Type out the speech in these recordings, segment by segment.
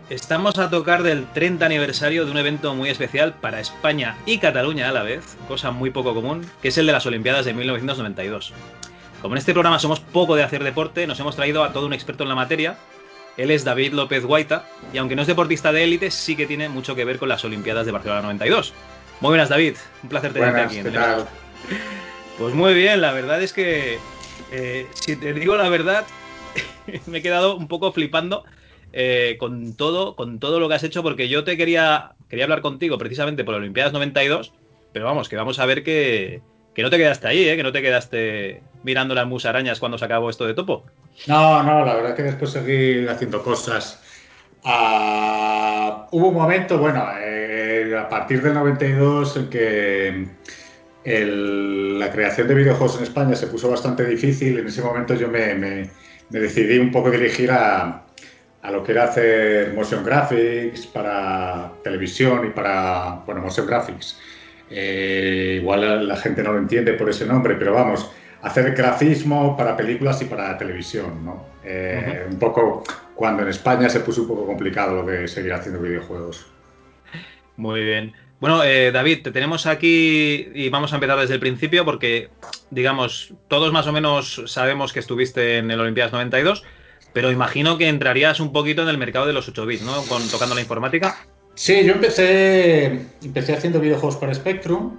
Estamos a tocar del 30 aniversario de un evento muy especial para España y Cataluña a la vez, cosa muy poco común, que es el de las Olimpiadas de 1992. Como en este programa somos poco de hacer deporte, nos hemos traído a todo un experto en la materia. Él es David López Guaita, y aunque no es deportista de élite, sí que tiene mucho que ver con las Olimpiadas de Barcelona 92. Muy buenas, David. Un placer tenerte aquí Buenas, en ¿qué Tenemos. tal? Pues muy bien, la verdad es que, si te digo la verdad, me he quedado un poco flipando con todo lo que has hecho, porque yo quería hablar contigo precisamente por las Olimpiadas 92, pero vamos, que vamos a ver que no te quedaste ahí, que no te quedaste mirando las musarañas cuando se acabó esto de Topo. No, no, la verdad que después seguí haciendo cosas. Hubo un momento, bueno, a partir del 92 en que la creación de videojuegos en España se puso bastante difícil. En ese momento yo me decidí un poco dirigir a lo que era hacer motion graphics para televisión y para, bueno, motion graphics. Igual la gente no lo entiende por ese nombre, pero vamos, hacer grafismo para películas y para televisión, ¿no? Ujú. Un poco cuando en España se puso un poco complicado lo de seguir haciendo videojuegos. Muy bien. Bueno, David, te tenemos aquí y vamos a empezar desde el principio porque, digamos, todos más o menos sabemos que estuviste en el Olimpiadas 92, pero imagino que entrarías un poquito en el mercado de los 8 bits, ¿no? Tocando la informática. Sí, yo empecé haciendo videojuegos para Spectrum.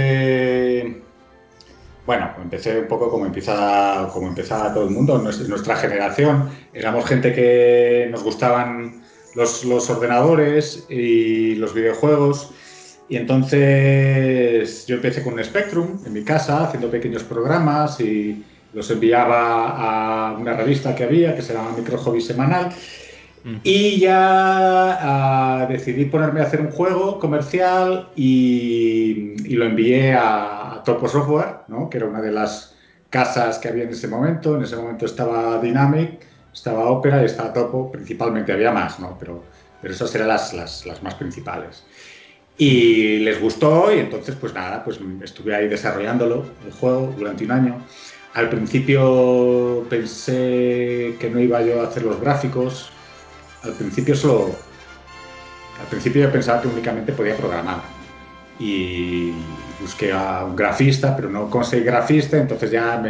Empecé un poco como empezaba todo el mundo, nuestra generación. Éramos gente que nos gustaban los ordenadores y los videojuegos. Y entonces yo empecé con un Spectrum en mi casa, haciendo pequeños programas y los enviaba a una revista que había, que se llama Micro Hobby Semanal. Ujú. Y ya decidí ponerme a hacer un juego comercial y lo envié a Topo Software, ¿no? Que era una de las casas que había en ese momento. En ese momento estaba Dynamic, estaba Opera y estaba Topo. Principalmente había más, ¿no? Pero esas eran las más principales. Ujú. Y les gustó y entonces pues nada, pues estuve ahí desarrollándolo, el juego, durante un año. Al principio pensé que no iba yo a hacer los gráficos. Al principio solo, Al principio yo pensaba que únicamente podía programar y busqué a un grafista, pero no conseguí grafista, entonces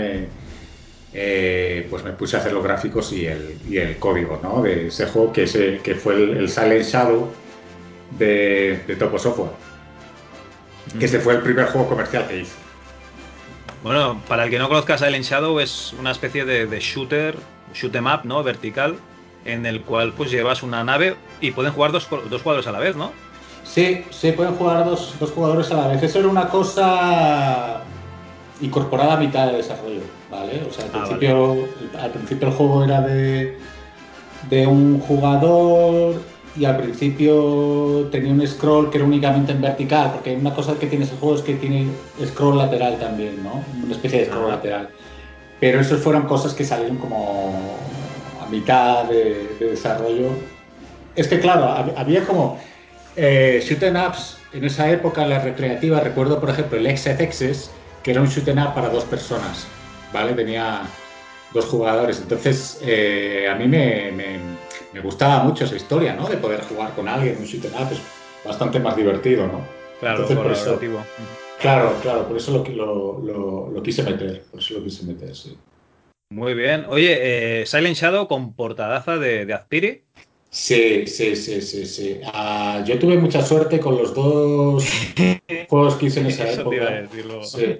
pues me puse a hacer los gráficos y el código, ¿no? De ese juego que fue el Silent Shadow de Topo Software, que ese Ujú. fue el primer juego comercial que hice. Bueno, para el que no conozca, Silent Shadow es una especie de shooter, shoot 'em up, ¿no? Vertical, en el cual pues llevas una nave y pueden jugar dos jugadores a la vez, ¿no? Sí, sí, pueden jugar dos jugadores a la vez. Eso era una cosa incorporada a mitad de desarrollo, ¿vale? O sea, Ah, vale. al principio el juego era de un jugador y al principio tenía un scroll que era únicamente en vertical, porque una cosa que tiene ese juego es que tiene scroll lateral también, ¿no? Una especie de scroll Ajá. lateral. Pero eso fueron cosas que salieron como a mitad de desarrollo. Es que, claro, había como shoot 'em ups en esa época, en la recreativa. Recuerdo, por ejemplo, el XFXs, que era un shoot 'em up para dos personas, ¿vale? Tenía dos jugadores. Entonces, a mí me gustaba mucho esa historia, ¿no? De poder jugar con alguien, un shoot 'em up es bastante más divertido, ¿no? Claro, Entonces, por eso, colaborativo. Ujú. claro, claro, por eso lo quise meter, por eso lo quise meter, sí. Muy bien. Oye, Silent Shadow con portadaza de Azpiri. Sí, sí, sí, sí, sí. Yo tuve mucha suerte con los dos juegos que hice en esa Eso te iba a época. decir luego. Sí.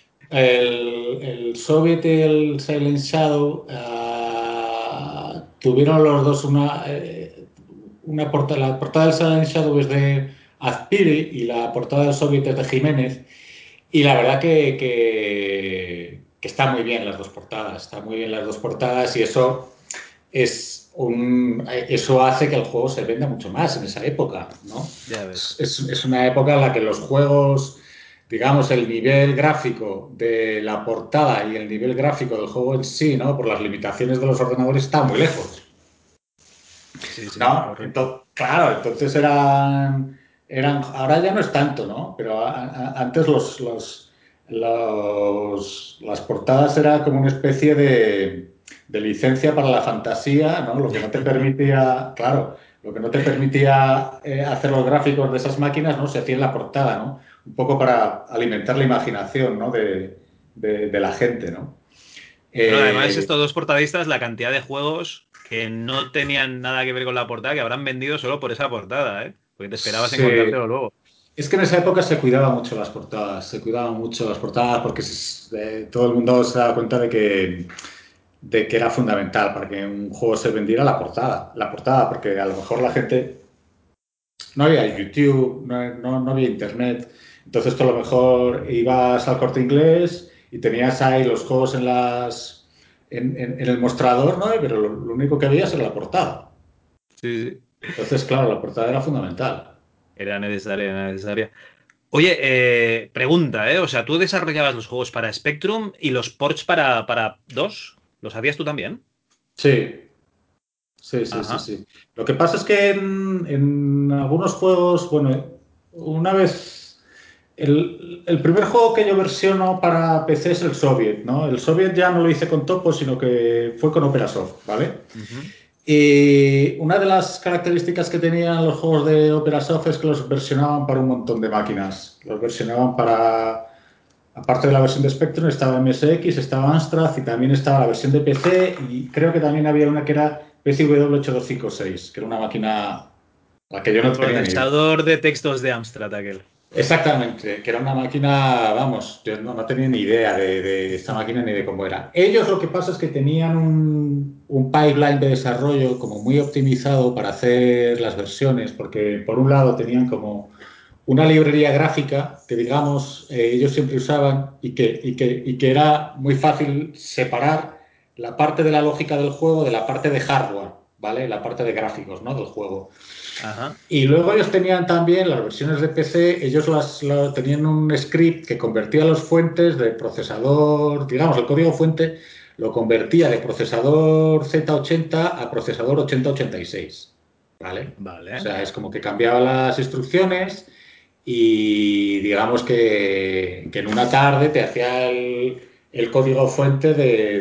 El Soviet y el Silent Shadow tuvieron los dos una portada. La portada del Silent Shadow es de Azpiri y la portada del Soviet es de Jiménez. Y la verdad que está muy bien las dos portadas. Está muy bien las dos portadas y eso hace que el juego se venda mucho más en esa época, ¿no? Ya Es, ves. es- es una época en la que los juegos, digamos, el nivel gráfico de la portada y el nivel gráfico del juego en sí, ¿no? Por las limitaciones de los ordenadores, está muy lejos, Sí, sí, ¿no? correcto. Entonces, claro, entonces ahora ya no es tanto, ¿no? Pero antes las portadas era como una especie de licencia para la fantasía, ¿no? Lo que no te permitía, claro, lo que no te permitía hacer los gráficos de esas máquinas, ¿no? Se hacía en la portada, ¿no? Un poco para alimentar la imaginación, ¿no? De la gente, ¿no? Bueno, además Eh, estos dos portadistas, la cantidad de juegos que no tenían nada que ver con la portada, que habrán vendido solo por esa portada, ¿eh? Porque te esperabas sí. encontrártelo luego. Es que en esa época se cuidaba mucho las portadas, porque todo el mundo se daba cuenta de que era fundamental para que un juego se vendiera la portada, porque a lo mejor la gente no había YouTube, no había Internet, entonces tú a lo mejor ibas al Corte Inglés y tenías ahí los juegos en el mostrador, ¿no? Pero lo único que había era la portada. Sí, sí. Entonces, claro, la portada era fundamental. Era necesaria, era necesaria. Oye, pregunta, ¿eh? O sea, tú desarrollabas los juegos para Spectrum y los ports para DOS. ¿Los hacías tú también? Sí, sí, sí, sí, Ajá. sí. Lo que pasa es que en algunos juegos, bueno, una vez, el primer juego que yo versiono para PC es el Soviet, ¿no? El Soviet ya no lo hice con Topo, sino que fue con OperaSoft, ¿vale? Ujú. Y una de las características que tenían los juegos de OperaSoft es que los versionaban para un montón de máquinas. Los versionaban para, aparte de la versión de Spectrum, estaba MSX, estaba Amstrad y también estaba la versión de PC y creo que también había una que era PCW8256, que era una máquina a la que yo no El tenía ni idea. procesador de textos de Amstrad aquel. Exactamente, que era una máquina, vamos, yo no tenía ni idea de esta máquina ni de cómo era. Ellos lo que pasa es que tenían un pipeline de desarrollo como muy optimizado para hacer las versiones, porque por un lado tenían como una librería gráfica que, digamos, ellos siempre usaban y que era muy fácil separar la parte de la lógica del juego de la parte de hardware, ¿vale? La parte de gráficos, ¿no? Del juego. Ajá. Y luego ellos tenían también las versiones de PC, ellos tenían un script que convertía los fuentes de procesador, digamos, el código fuente lo convertía de procesador Z80 a procesador 8086, ¿vale? O Vale. sea, es como que cambiaba las instrucciones y digamos que en una tarde te hacía el código fuente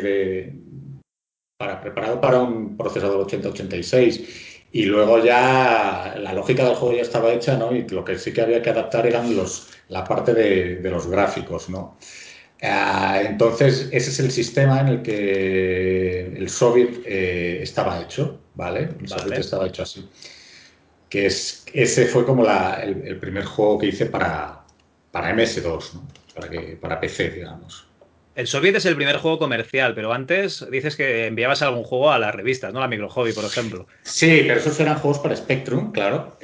preparado para un procesador 8086. Y luego ya la lógica del juego ya estaba hecha, ¿no? Y lo que sí que había que adaptar eran la parte de los gráficos, ¿no? Entonces, ese es el sistema en el que el Soviet estaba hecho, ¿vale? El Soviet Vale. estaba hecho así. Ese fue como el primer juego que hice para MS2, ¿no? Para PC, digamos. El Soviet es el primer juego comercial, pero antes dices que enviabas algún juego a las revistas, ¿no? La Micro Hobby, por ejemplo. Sí, pero esos eran juegos para Spectrum, claro.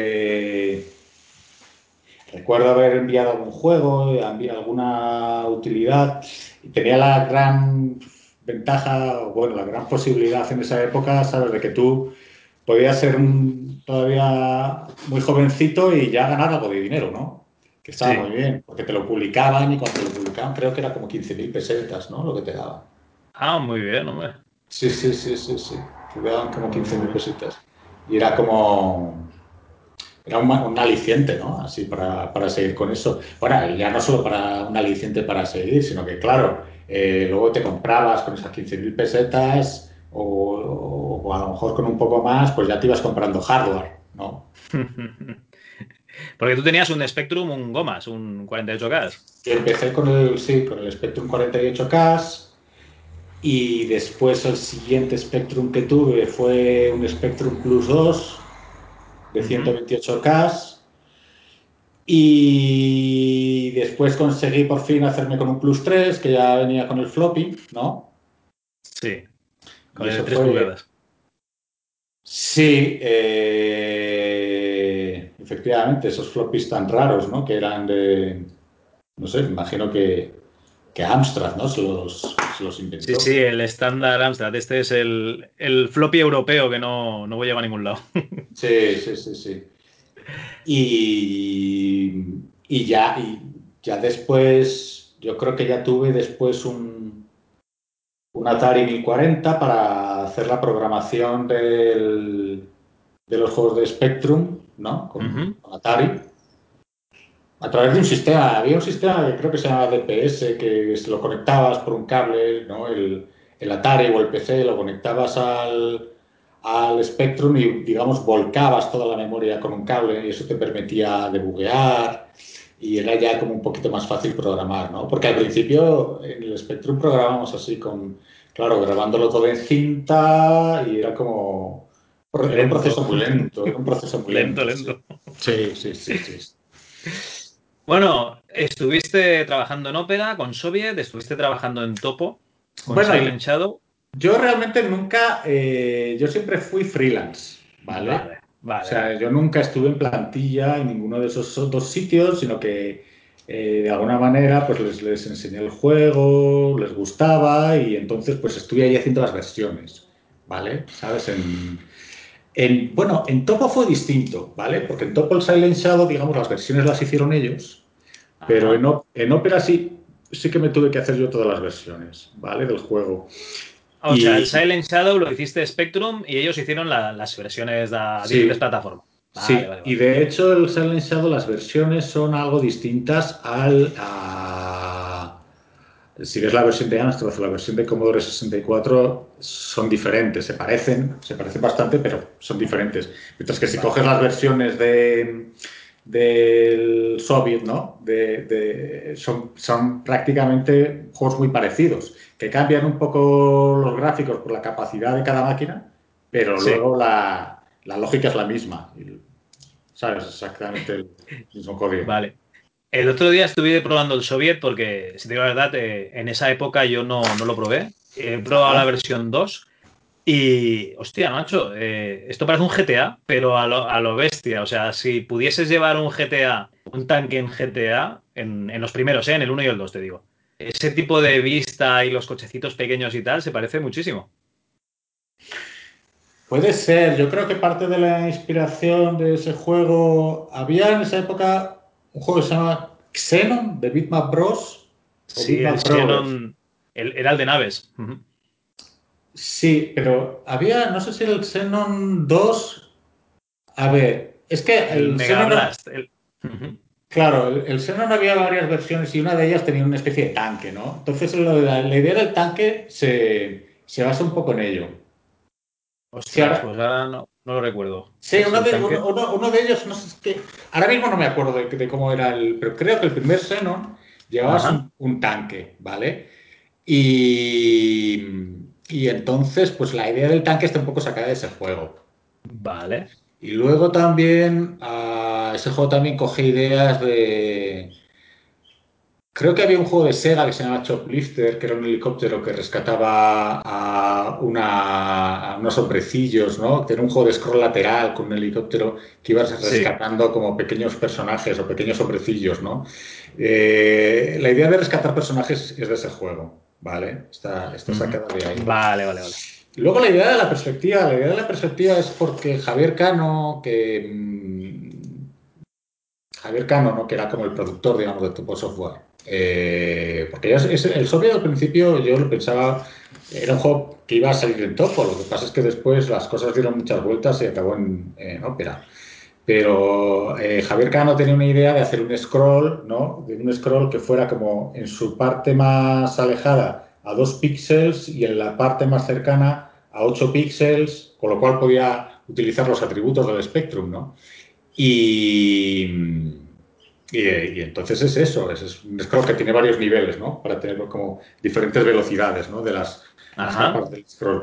Recuerdo haber enviado algún juego, alguna utilidad y tenía la gran ventaja, o bueno, la gran posibilidad en esa época, ¿sabes? De que tú podías ser todavía muy jovencito y ya ganar algo de dinero, ¿no? Que estaba muy Sí. bien, porque te lo publicaban y cuando te lo publicaban creo que era como 15.000 pesetas, ¿no? Lo que te daban. Ah, muy bien, hombre. Sí, sí, sí, sí, sí. Te daban como Muy, muy 15.000 bien. pesetas. Y era un aliciente, ¿no? Así para seguir con eso. Bueno, y ya no solo para un aliciente para seguir, sino que, claro, luego te comprabas con esas 15.000 pesetas o a lo mejor con un poco más, pues ya te ibas comprando hardware, ¿no? Porque tú tenías un Spectrum, un Gomas, un 48K. Y empecé con el Spectrum 48K y después el siguiente Spectrum que tuve fue un Spectrum Plus 2 de Ujú. 128K. Y después conseguí por fin hacerme con un Plus 3 que ya venía con el floppy, ¿no? Sí, Y con el de eso 3 fue, pulgadas. sí, efectivamente, esos floppies tan raros, ¿no? Que eran no sé, me imagino que Amstrad, ¿no? Se los Sí, sí, inventó. el estándar Amstrad. Este es el floppy europeo que no llega a ningún lado. Sí, sí, sí, sí. Y ya después, yo creo que ya tuve después un Atari 1040 para hacer la programación de los juegos de Spectrum, ¿no? Con, Ujú. con Atari. A través de un sistema, había un sistema que creo que se llama DPS, que se lo conectabas por un cable, ¿no? El Atari o el PC lo conectabas al Spectrum y, digamos, volcabas toda la memoria con un cable y eso te permitía debuguear y era ya como un poquito más fácil programar, ¿no? Porque al principio en el Spectrum programábamos así claro, grabándolo todo en cinta y era como... Era un Lento. proceso muy lento, era un proceso muy Lento, lento, sí. lento. Sí, sí, sí, sí. Bueno, estuviste trabajando en Opera con Soviet, estuviste trabajando en Topo con Bueno, Silent Shadow. yo realmente nunca, yo siempre fui freelance, ¿vale? Vale, O vale, vale. sea, yo nunca estuve en plantilla en ninguno de esos dos sitios, sino que de alguna manera pues les enseñé el juego, les gustaba y entonces pues estuve ahí haciendo las versiones, ¿vale? ¿Sabes? Bueno, en Topo fue distinto, ¿vale? Porque en Topo el Silent Shadow, digamos, las versiones las hicieron ellos, pero Ajá. En Opera sí que me tuve que hacer yo todas las versiones, ¿vale? Del juego. O sea, el Y Silent Shadow lo hiciste Spectrum y ellos hicieron las versiones de diferentes sí, plataformas. Vale, sí. vale, Y vale. de hecho el Silent Shadow, las versiones son algo distintas si ves la versión de Amstrad o la versión de Commodore 64, son diferentes, se parecen bastante, pero son diferentes. Mientras que si Vale. coges las versiones del Soviet, ¿no? Son prácticamente juegos muy parecidos, que cambian un poco los gráficos por la capacidad de cada máquina, pero Sí, luego la lógica es la misma. ¿Sabes? Exactamente el mismo código. vale. El otro día estuve probando el Soviet porque, si te digo la verdad, en esa época yo no lo probé. He probado la Ajá. versión 2 y, hostia, macho, esto parece un GTA, pero a lo bestia. O sea, si pudieses llevar un GTA, un tanque en GTA, en los primeros, en el uno y el 2 te digo. Ese tipo de vista y los cochecitos pequeños y tal, se parece muchísimo. Puede ser, yo creo que parte de la inspiración de ese juego, había en esa época un juego que se llama Xenon de Bitmap Bros. O Sí, el Bitmap Brothers. Xenon, era el de naves. Ujú. Sí, pero había, no sé si era el Xenon 2. A ver, es que El el Mega Xenon, Blast. Ujú. claro, el Xenon había varias versiones y una de ellas tenía una especie de tanque, ¿no? Entonces la idea del tanque se basa un poco en ello. Sí, Ostras, ahora, pues ahora no lo recuerdo. sí, ¿Ves? El tanque. uno de ellos, no sé, es que ahora mismo no me acuerdo de cómo era pero creo que el primer Xenon llevabas Ajá. un tanque, ¿vale? Y, y entonces, pues la idea del tanque está un poco sacada de ese juego. Vale. Y luego también, ese juego también coge ideas Creo que había un juego de Sega que se llamaba Choplifter, que era un helicóptero que rescataba a unos hombrecillos, ¿no? Que era un juego de scroll lateral con un helicóptero que ibas Sí. rescatando como pequeños personajes o pequeños hombrecillos, ¿no? La idea de rescatar personajes es de ese juego, ¿vale? Está Ujú. sacada de ahí. Vale, vale, vale. Luego la idea de la perspectiva es porque Javier Cano, ¿no? Que era como el productor, digamos, de Topo Software. Porque el Soviet al principio yo lo pensaba, era un juego que iba a salir en Topo, lo que pasa es que después las cosas dieron muchas vueltas y acabó en Opera. Pero Javier Cano tenía una idea de hacer un scroll, ¿no? De un scroll que fuera como en su parte más alejada a 2 píxeles y en la parte más cercana a 8 píxeles, con lo cual podía utilizar los atributos del Spectrum, ¿no? Y, y entonces es eso, es un scroll que tiene varios niveles, ¿no? Para tener como diferentes velocidades, ¿no? De las Ajá. capas del scroll.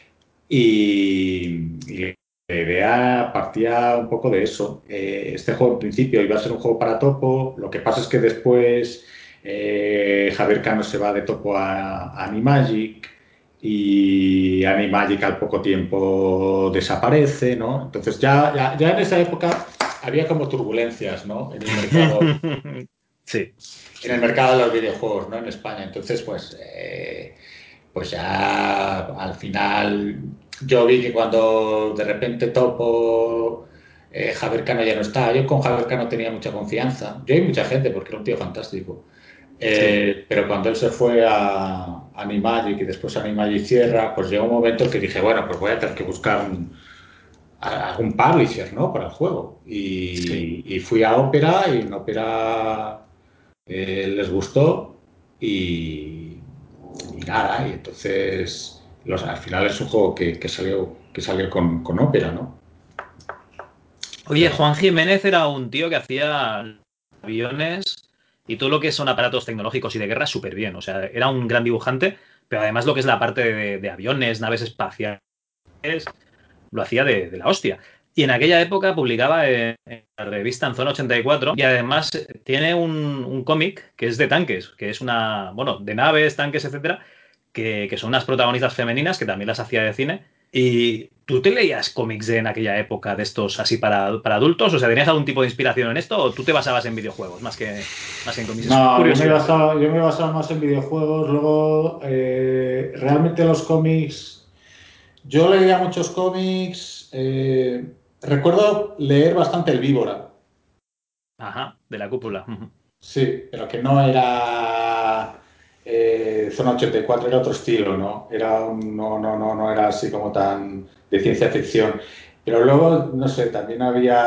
Y la idea partía un poco de eso. Este juego en principio iba a ser un juego para Topo, lo que pasa es que después Javier Cano se va de Topo a Animagic y Animagic al poco tiempo desaparece, ¿no? Entonces ya en esa época había como turbulencias, ¿no? Sí. En el mercado de los videojuegos, ¿no? En España. Entonces, pues ya al final yo vi que cuando de repente Topo, Javier Cano ya no estaba, yo con Javier Cano tenía mucha confianza, yo y mucha gente porque era un tío fantástico. Sí. Pero cuando él se fue a Animagic y después Animagic cierra, pues llegó un momento que dije, bueno, pues voy a tener que buscar algún publisher, ¿no? Para el juego. Sí. Y fui a Opera y en Opera les gustó y nada, y entonces al final es un juego que salió con Opera, ¿no? Oye, Pero Juan Jiménez era un tío que hacía aviones y todo lo que son aparatos tecnológicos y de guerra súper bien. O sea, era un gran dibujante, pero además lo que es la parte de aviones, naves espaciales, lo hacía de la hostia. Y en aquella época publicaba en la revista En Zona 84 y además tiene un cómic que es de tanques, que es una, bueno, de naves, tanques, etcétera, que son unas protagonistas femeninas que también las hacía de cine. ¿Y tú te leías cómics en aquella época de estos así para adultos? O sea, ¿tenías algún tipo de inspiración en esto o tú te basabas en videojuegos más que en cómics? Es no, curiosidad. yo me basaba más en videojuegos. Luego, realmente los cómics, yo leía muchos cómics. Recuerdo leer bastante El Víbora. Ajá, de la cúpula. Ujú. Sí, pero que no era Zona 84, era otro estilo, ¿no? No era así como tan de ciencia ficción. Pero luego, no sé, también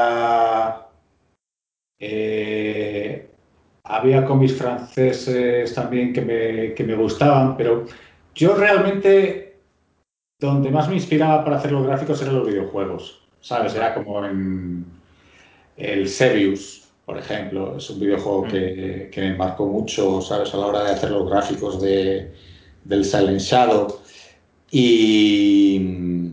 eh, había cómics franceses también que me gustaban, pero yo realmente donde más me inspiraba para hacer los gráficos eran los videojuegos, ¿sabes? Era Vale. como en el Sebius, por ejemplo, es un videojuego Mm. que me marcó mucho, ¿sabes? A la hora de hacer los gráficos del Silent Shadow. Y,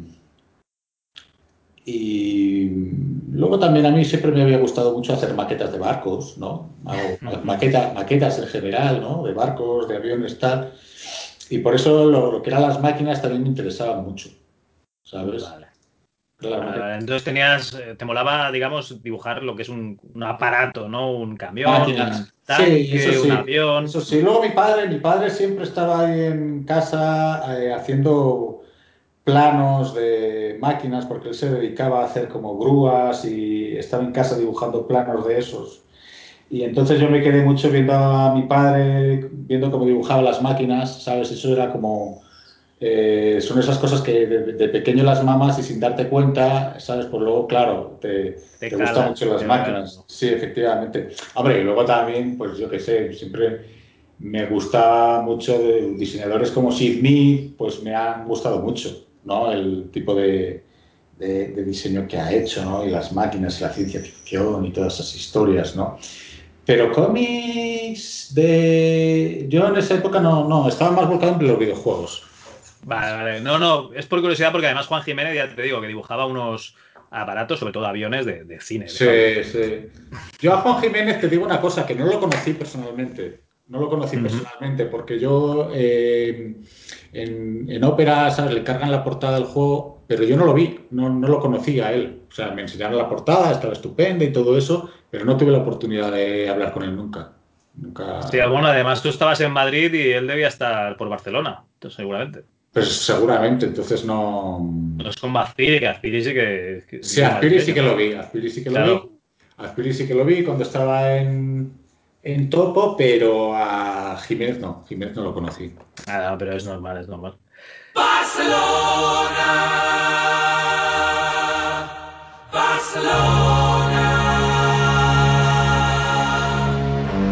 y luego también a mí siempre me había gustado mucho hacer maquetas de barcos, ¿no? Hago maquetas en general, ¿no? De barcos, de aviones, tal. Y por eso lo que eran las máquinas también me interesaban mucho, ¿sabes? Vale. Las Vale, maquetas. vale. Entonces te molaba, digamos, dibujar lo que es un aparato, ¿no? Un camión, un Máquinas. Sí, eso tanque, un sí, avión. eso sí. Luego mi padre siempre estaba ahí en casa haciendo planos de máquinas porque él se dedicaba a hacer como grúas y estaba en casa dibujando planos de esos. Y entonces yo me quedé mucho viendo a mi padre, viendo cómo dibujaba las máquinas, ¿sabes? Eso era como son esas cosas que de pequeño las mamas y sin darte cuenta, ¿sabes? Pues luego, claro, Te te gustan calan, mucho las te va máquinas. calando. Sí, efectivamente. Hombre, y luego también, pues yo qué sé, siempre me gusta mucho de diseñadores como Sid Mead, pues me han gustado mucho, ¿no? El tipo de diseño que ha hecho, ¿no? Y las máquinas, la ciencia ficción y todas esas historias, ¿no? Pero cómics de... Yo en esa época no, estaba más volcado en los videojuegos. Vale, vale. No, no, es por curiosidad porque además Juan Jiménez, ya te digo, que dibujaba unos aparatos, sobre todo aviones de cine, de fábrica. Sí, sí. Yo a Juan Jiménez te digo una cosa, que no lo conocí personalmente. No lo conocí Ujú. personalmente porque yo en Ópera, ¿sabes? Le cargan la portada del juego, pero yo no lo vi, no lo conocía a él. O sea, me enseñaron la portada, estaba estupenda y todo eso, pero no tuve la oportunidad de hablar con él nunca. Sí, Nunca. bueno, además tú estabas en Madrid y él debía estar por Barcelona, entonces, seguramente. Pues seguramente, entonces no. No es como Azpiri, que Azpiri sí que es Sí, muy Azpiri sí que madrileño. lo vi, Azpiri sí que lo vi. Claro. Azpiri sí que lo vi cuando estaba en Topo, pero a Jiménez no lo conocí. Ah, no, pero es normal, es normal. Barcelona, Barcelona.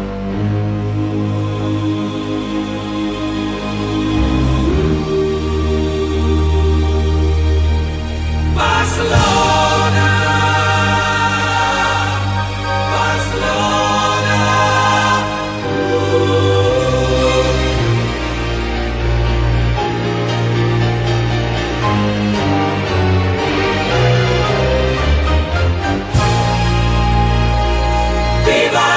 Barcelona, Barcelona. ¡Viva!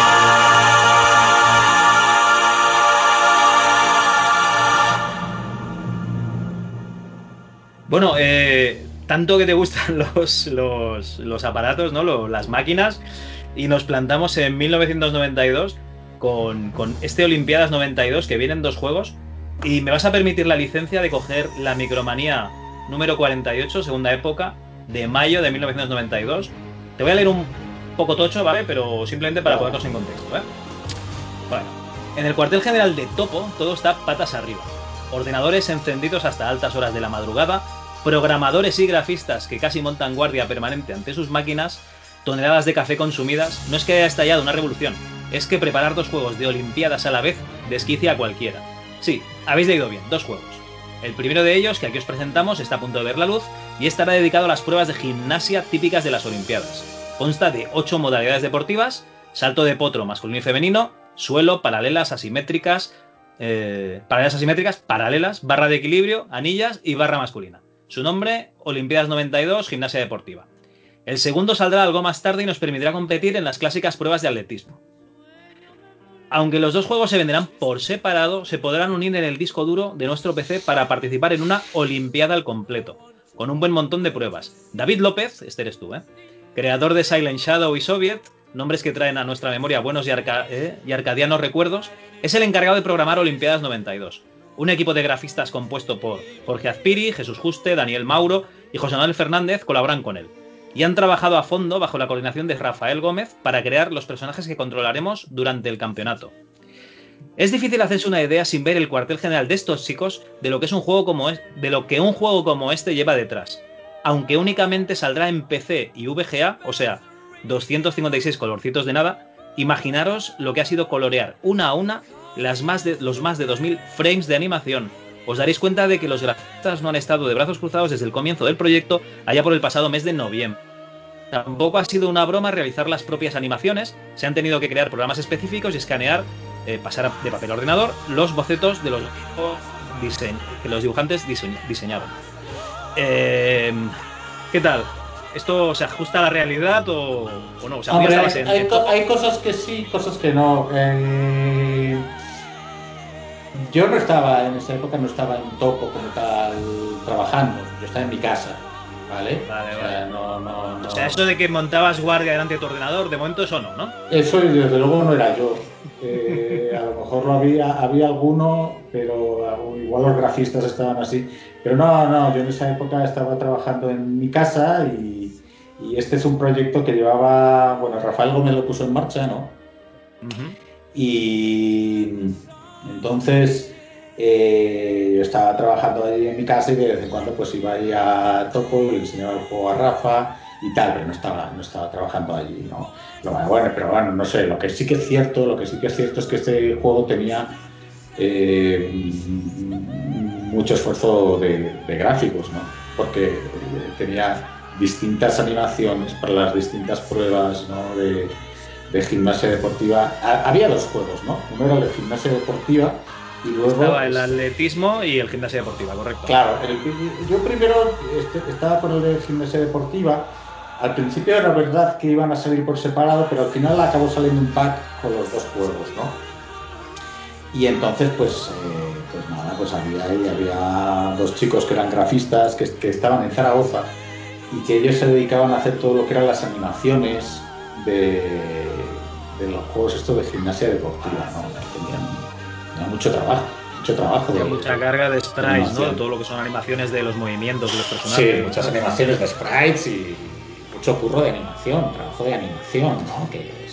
Bueno, tanto que te gustan los aparatos, ¿no? Las máquinas, y nos plantamos en 1992 con este Olimpiadas 92, que vienen dos juegos, y me vas a permitir la licencia de coger la Micromanía número 48, segunda época, de mayo de 1992. Te voy a leer un poco tocho, ¿vale? Pero simplemente para Vale. ponernos en contexto, ¿eh? Bueno, en el cuartel general de Topo todo está patas arriba. Ordenadores encendidos hasta altas horas de la madrugada, programadores y grafistas que casi montan guardia permanente ante sus máquinas, toneladas de café consumidas. No es que haya estallado una revolución, es que preparar dos juegos de Olimpiadas a la vez desquicia a cualquiera. Sí, habéis leído bien, dos juegos. El primero de ellos, que aquí os presentamos, está a punto de ver la luz y estará dedicado a las pruebas de gimnasia típicas de las Olimpiadas. Consta de 8 modalidades deportivas: salto de potro masculino y femenino, suelo, paralelas asimétricas, paralelas, barra de equilibrio, anillas y barra masculina. Su nombre, Olimpiadas 92, gimnasia deportiva. El segundo saldrá algo más tarde y nos permitirá competir en las clásicas pruebas de atletismo. Aunque los dos juegos se venderán por separado, se podrán unir en el disco duro de nuestro PC para participar en una Olimpiada al completo, con un buen montón de pruebas. David López, este eres tú, creador de Silent Shadow y Soviet, nombres que traen a nuestra memoria buenos y arcadianos recuerdos, es el encargado de programar Olimpiadas 92. Un equipo de grafistas compuesto por Jorge Azpiri, Jesús Juste, Daniel Mauro y José Manuel Fernández colaboran con él. Y han trabajado a fondo bajo la coordinación de Rafael Gómez para crear los personajes que controlaremos durante el campeonato. Es difícil hacerse una idea sin ver el cuartel general de estos chicos de lo que un juego como este lleva detrás. Aunque únicamente saldrá en PC y VGA, o sea, 256 colorcitos de nada, imaginaros lo que ha sido colorear una a una los más de 2000 frames de animación. Os daréis cuenta de que los grafistas no han estado de brazos cruzados desde el comienzo del proyecto, allá por el pasado mes de noviembre. Tampoco ha sido una broma realizar las propias animaciones, se han tenido que crear programas específicos y escanear, pasar de papel a ordenador, los bocetos de los que los dibujantes diseñaron. ¿Qué tal? ¿Esto se ajusta a la realidad o no? O sea, ¿tú ya Hombre, estabas en topo? hay cosas que sí, cosas que no. Yo no estaba, en esa época no estaba en Topo como tal trabajando, yo estaba en mi casa, ¿vale? Vale, O vale. sea, no. O sea, eso de que montabas guardia delante de tu ordenador, de momento eso no, ¿no? Eso desde luego no era yo. A lo mejor había alguno, pero igual los grafistas estaban así. Pero no, yo en esa época estaba trabajando en mi casa y este es un proyecto que llevaba, bueno, Rafael Gómez lo puso en marcha, ¿no? Ujú. Y entonces yo estaba trabajando ahí en mi casa y de vez en cuando pues iba ahí a Topo y le enseñaba el juego a Rafa y tal, pero no estaba trabajando allí, ¿no? Pero bueno, no sé, lo que sí que es cierto es que este juego tenía mucho esfuerzo de gráficos, ¿no? Porque tenía distintas animaciones para las distintas pruebas, ¿no? de gimnasia deportiva. Había dos juegos, ¿no? Uno era el de gimnasia deportiva y luego, Estaba el atletismo y el gimnasia deportiva, correcto. claro, yo primero estaba con el de gimnasia deportiva. Al principio era verdad que iban a salir por separado, pero al final acabó saliendo un pack con los dos juegos, ¿no? Y entonces, pues nada, pues había dos chicos que eran grafistas que estaban en Zaragoza y que ellos se dedicaban a hacer todo lo que eran las animaciones de los juegos estos de gimnasia deportiva, ¿no? Tenían mucho trabajo Había mucha carga de de sprites, ¿no? De animación. todo lo que son animaciones de los movimientos de los Sí, personajes y muchas tal. animaciones de sprites y mucho curro de animación, trabajo de animación, ¿no?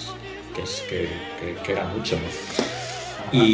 Que era mucho, ¿no? Ajá.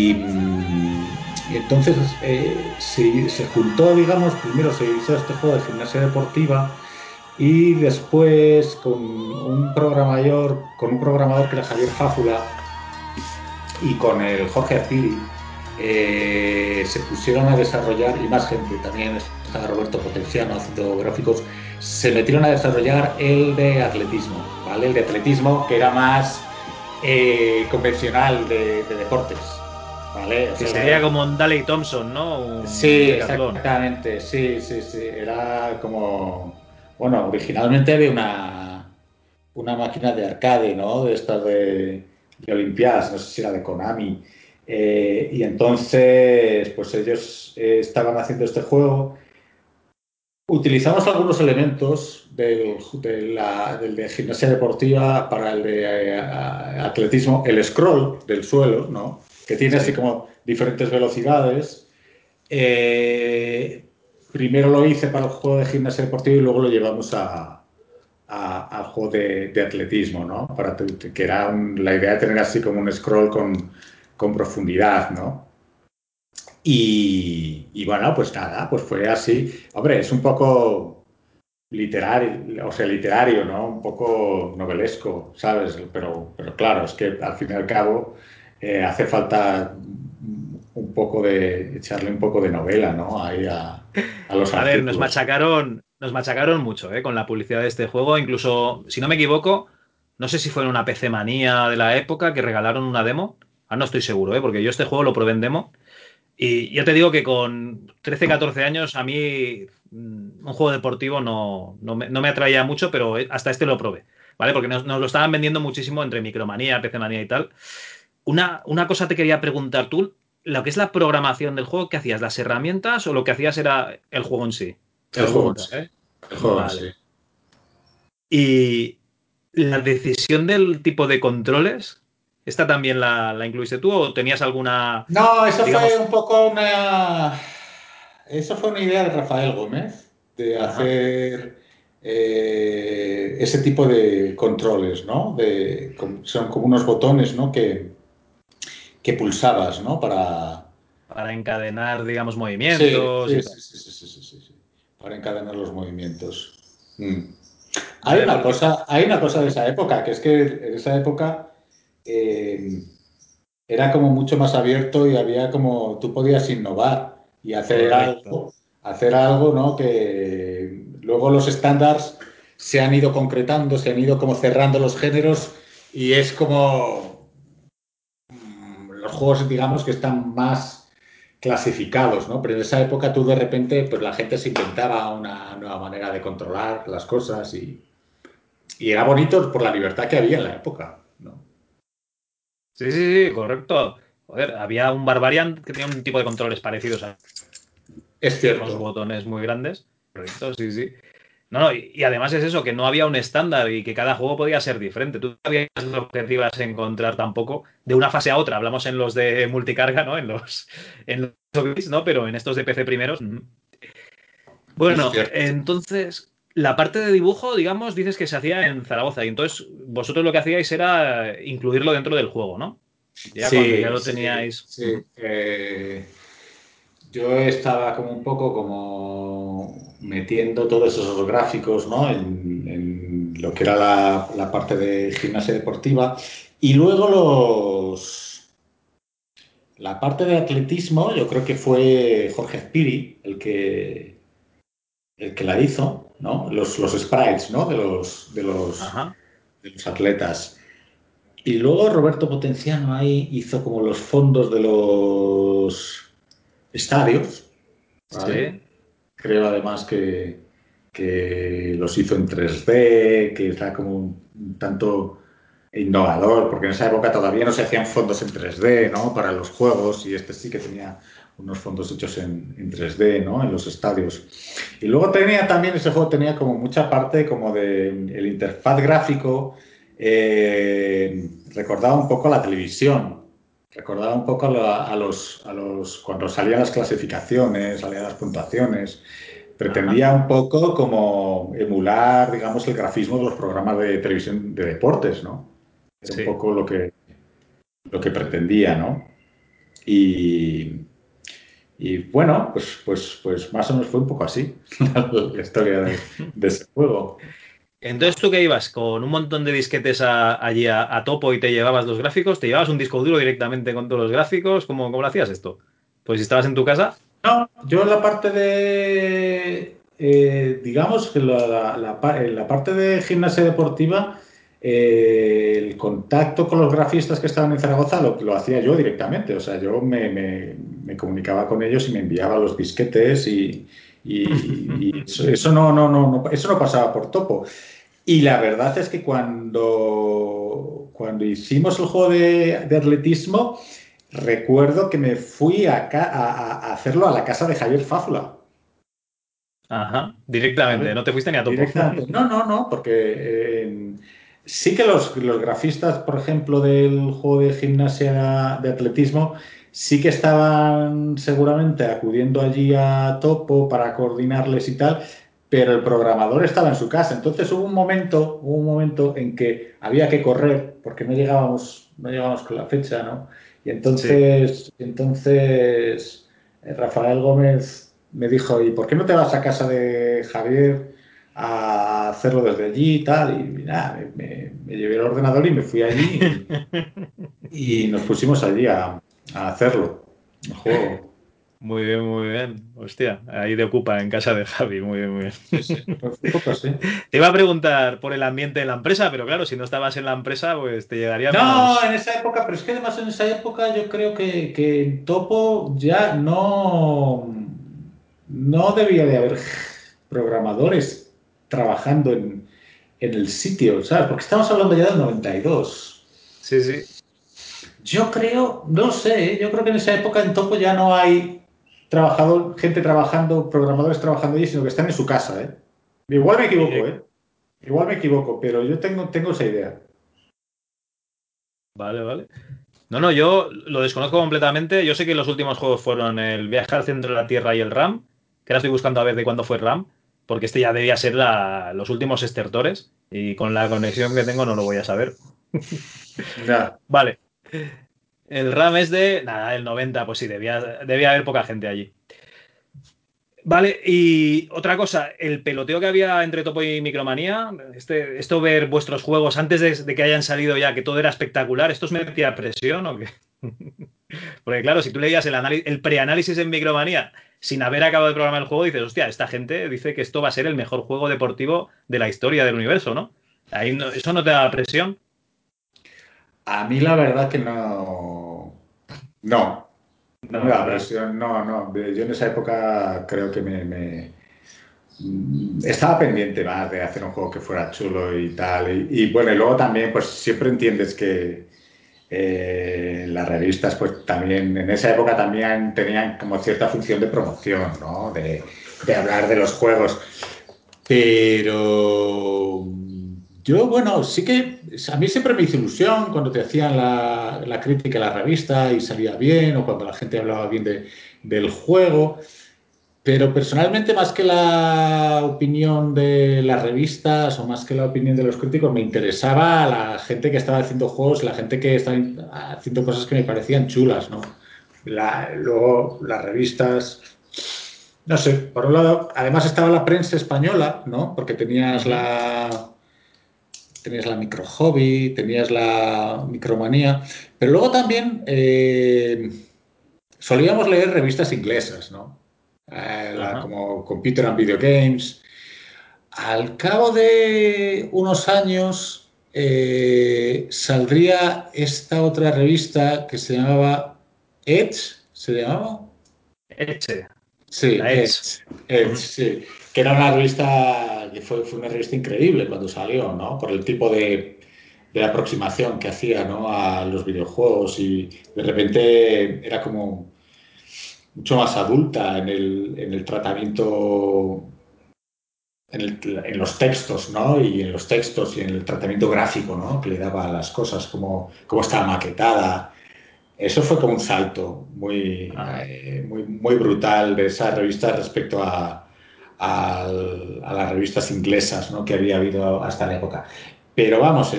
Y entonces se juntó, digamos, primero se hizo este juego de gimnasia deportiva y después con un programador que era Javier Fáfula y con el Jorge Azpiri, se pusieron a desarrollar, y más gente, también estaba Roberto Potenciano haciendo gráficos, se metieron a desarrollar el de atletismo, ¿vale? El de atletismo que era más convencional de deportes, ¿vale? O Que sea, sería como un Daley Thompson, ¿no? Un sí, decatlón. exactamente, sí, era como, bueno, originalmente había una máquina de arcade, ¿no? De estas de Olimpiadas, no sé si era de Konami. Y entonces, pues ellos estaban haciendo este juego. Utilizamos algunos elementos del de gimnasia deportiva para el de atletismo, el scroll del suelo, ¿no? Que tiene así Sí. como diferentes velocidades. Eh, Primero lo hice para el juego de gimnasia deportiva y luego lo llevamos al juego de atletismo, ¿no? Que era la idea de tener así como un scroll con profundidad, ¿no? Y bueno, pues nada, pues fue así. Hombre, es un poco literario, o sea, literario, ¿no? Un poco novelesco, ¿sabes? Pero claro, es que al fin y al cabo hace falta echarle un poco de novela, ¿no? Ahí a los A ver, artículos. nos machacaron mucho, con la publicidad de este juego. Incluso, si no me equivoco, no sé si fue en una PC Manía de la época que regalaron una demo. Ah, no estoy seguro, porque yo este juego lo probé en demo. Y ya te digo que con 13, 14 años a mí un juego deportivo no me atraía mucho, pero hasta este lo probé, ¿vale? Porque nos lo estaban vendiendo muchísimo entre Micromanía, PC Manía y tal. Una cosa te quería preguntar tú, lo que es la programación del juego, ¿qué hacías? ¿Las herramientas o lo que hacías era el juego en sí? Te El lo puedo juego en preguntar, sí. ¿eh? El juego en Vale. sí. Y la decisión del tipo de controles, ¿esta también la incluiste tú o tenías alguna, No, eso fue digamos... un poco una. Eso fue una idea de Rafael Gómez, de Ajá, hacer ese tipo de controles, ¿no? Son como unos botones, ¿no? Que pulsabas, ¿no? para encadenar, digamos, Sí, movimientos y sí, tal. sí, sí, sí, sí, sí, sí. Para encadenar los movimientos. Mm. Vale, porque... Hay una cosa de esa época, que es que en esa época eh, era como mucho más abierto y había como, tú podías innovar y Correcto. hacer algo, ¿no? Que luego los estándares se han ido concretando, se han ido como cerrando los géneros y es como los juegos, digamos, que están más clasificados, ¿no? Pero en esa época tú de repente, pues la gente se inventaba una nueva manera de controlar las cosas y era bonito por la libertad que había en la época, ¿no? Sí, sí, sí, correcto. Joder, había un Barbarian que tenía un tipo de controles parecidos a Es unos cierto. botones muy grandes. Correcto, sí, sí. No, no, y además es eso, que no había un estándar y que cada juego podía ser diferente. Tú no sabías lo que te ibas a encontrar tampoco de una fase a otra. Hablamos en los de multicarga, ¿no? En los zombies, ¿no? Pero en estos de PC primeros. Es Bueno, cierto. entonces, la parte de dibujo, digamos, dices que se hacía en Zaragoza. Y entonces, vosotros lo que hacíais era incluirlo dentro del juego, ¿no? Ya cuando ya Sí, lo sí, teníais. sí. Yo estaba como un poco como metiendo todos esos gráficos, ¿no? En lo que era la parte de gimnasia deportiva. Y luego la parte de atletismo, yo creo que fue Jorge Spiri el que la hizo, ¿no? Los sprites, ¿no? Ajá. De los atletas. Y luego Roberto Potenciano ahí hizo como los fondos de los estadios, ¿vale? Sí. Creo además que los hizo en 3D, que está como un tanto innovador, porque en esa época todavía no se hacían fondos en 3D, ¿no? Para los juegos, y este sí que tenía unos fondos hechos en 3D, ¿no? En los estadios. Y luego tenía también, ese juego tenía como mucha parte como de el interfaz gráfico, recordaba un poco a la televisión, recordaba un poco cuando salían las clasificaciones, salían las puntuaciones, Ajá. pretendía un poco como emular, digamos, el grafismo de los programas de televisión de deportes, ¿no? Era un Sí. poco lo que pretendía, ¿no? Y, y bueno, pues más o menos fue un poco así la historia de ese juego. Entonces, ¿tú qué ibas? ¿Con un montón de disquetes allí a topo y te llevabas los gráficos? ¿Te llevabas un disco duro directamente con todos los gráficos? ¿Cómo lo hacías esto? Pues si estabas en tu casa. No, yo en la parte de, digamos que en la parte de gimnasia deportiva, el contacto con los grafistas que estaban en Zaragoza lo hacía yo directamente. O sea, yo me comunicaba con ellos y me enviaba los disquetes y eso eso no pasaba por topo. Y la verdad es que cuando hicimos el juego de atletismo, recuerdo que me fui a hacerlo a la casa de Javier Fáfula, Ajá. Directamente, ¿sabes? no te fuiste ni a topo. Directamente. No, porque sí que los grafistas, por ejemplo, del juego de gimnasia de atletismo, sí que estaban seguramente acudiendo allí a Topo para coordinarles y tal, pero el programador estaba en su casa. Entonces hubo un momento en que había que correr porque no llegábamos con la fecha, ¿no? Y Sí. entonces Rafael Gómez me dijo, ¿y por qué no te vas a casa de Javier a hacerlo desde allí y tal? Y nada, me llevé el ordenador y me fui allí y nos pusimos allí a hacerlo. el juego. Muy bien, muy bien. Hostia, ahí te ocupa en casa de Javi. Muy bien, muy bien. Sí, sí, pues un poco así. Te iba a preguntar por el ambiente de la empresa, pero claro, si no estabas en la empresa, pues te llegaría No, menos. en esa época, pero es que además en esa época yo creo que en Topo ya no debía de haber programadores trabajando en el sitio, ¿sabes? Porque estamos hablando ya del 92. Sí, sí. Yo creo, no sé, yo creo que en esa época en Topo ya no hay gente trabajando, programadores trabajando allí, sino que están en su casa, ¿eh? Igual me equivoco, ¿eh? Igual me equivoco, pero yo tengo esa idea. Vale, vale. No, no, yo lo desconozco completamente. Yo sé que los últimos juegos fueron el Viaje al centro de la Tierra y el RAM, que ahora estoy buscando a ver de cuándo fue RAM, porque este ya debía ser los últimos estertores, y con la conexión que tengo no lo voy a saber. Ya. Vale, el RAM es de, nada, el 90, pues sí, debía haber poca gente allí. Vale, y otra cosa, el peloteo que había entre Topo y Micromanía, esto ver vuestros juegos antes de que hayan salido ya, que todo era espectacular, ¿esto os metía presión o qué? Porque claro, si tú leías el preanálisis en Micromanía sin haber acabado de programar el juego, dices, hostia, esta gente dice que esto va a ser el mejor juego deportivo de la historia del universo, ¿no? Ahí ¿eso no te da presión? A mí la verdad que no. No, no me No, da ¿verdad? presión, no, no. Yo en esa época creo que estaba pendiente más de hacer un juego que fuera chulo y tal. Y bueno, y luego también, pues siempre entiendes que las revistas, pues también, en esa época también tenían como cierta función de promoción, ¿no? De hablar de los juegos. Pero yo, bueno, sí que a mí siempre me hizo ilusión cuando te hacían la crítica a la revista y salía bien, o cuando la gente hablaba bien del juego. Pero personalmente, más que la opinión de las revistas o más que la opinión de los críticos, me interesaba la gente que estaba haciendo juegos, la gente que estaba haciendo cosas que me parecían chulas, ¿no? Luego las revistas, no sé, por un lado, además estaba la prensa española, ¿no? Porque Ujú. tenías la micro hobby, tenías la micromanía, pero luego también solíamos leer revistas inglesas, ¿no? Ajá. Como Computer and Video Games. Al cabo de unos años saldría esta otra revista que se llamaba Edge, ¿se llamaba? Eche, Sí, la Edge. Edge, Ujú. sí. Que era una revista que fue una revista increíble cuando salió, ¿no? Por el tipo de aproximación que hacía, ¿no? A los videojuegos y de repente era como mucho más adulta en el tratamiento, en los textos, ¿no? Y en los textos y en el tratamiento gráfico, ¿no? Que le daba a las cosas, cómo estaba maquetada. Eso fue como un salto Ajá. muy, muy brutal de esa revista respecto a las revistas inglesas, ¿no? Que había habido hasta la época. Pero vamos,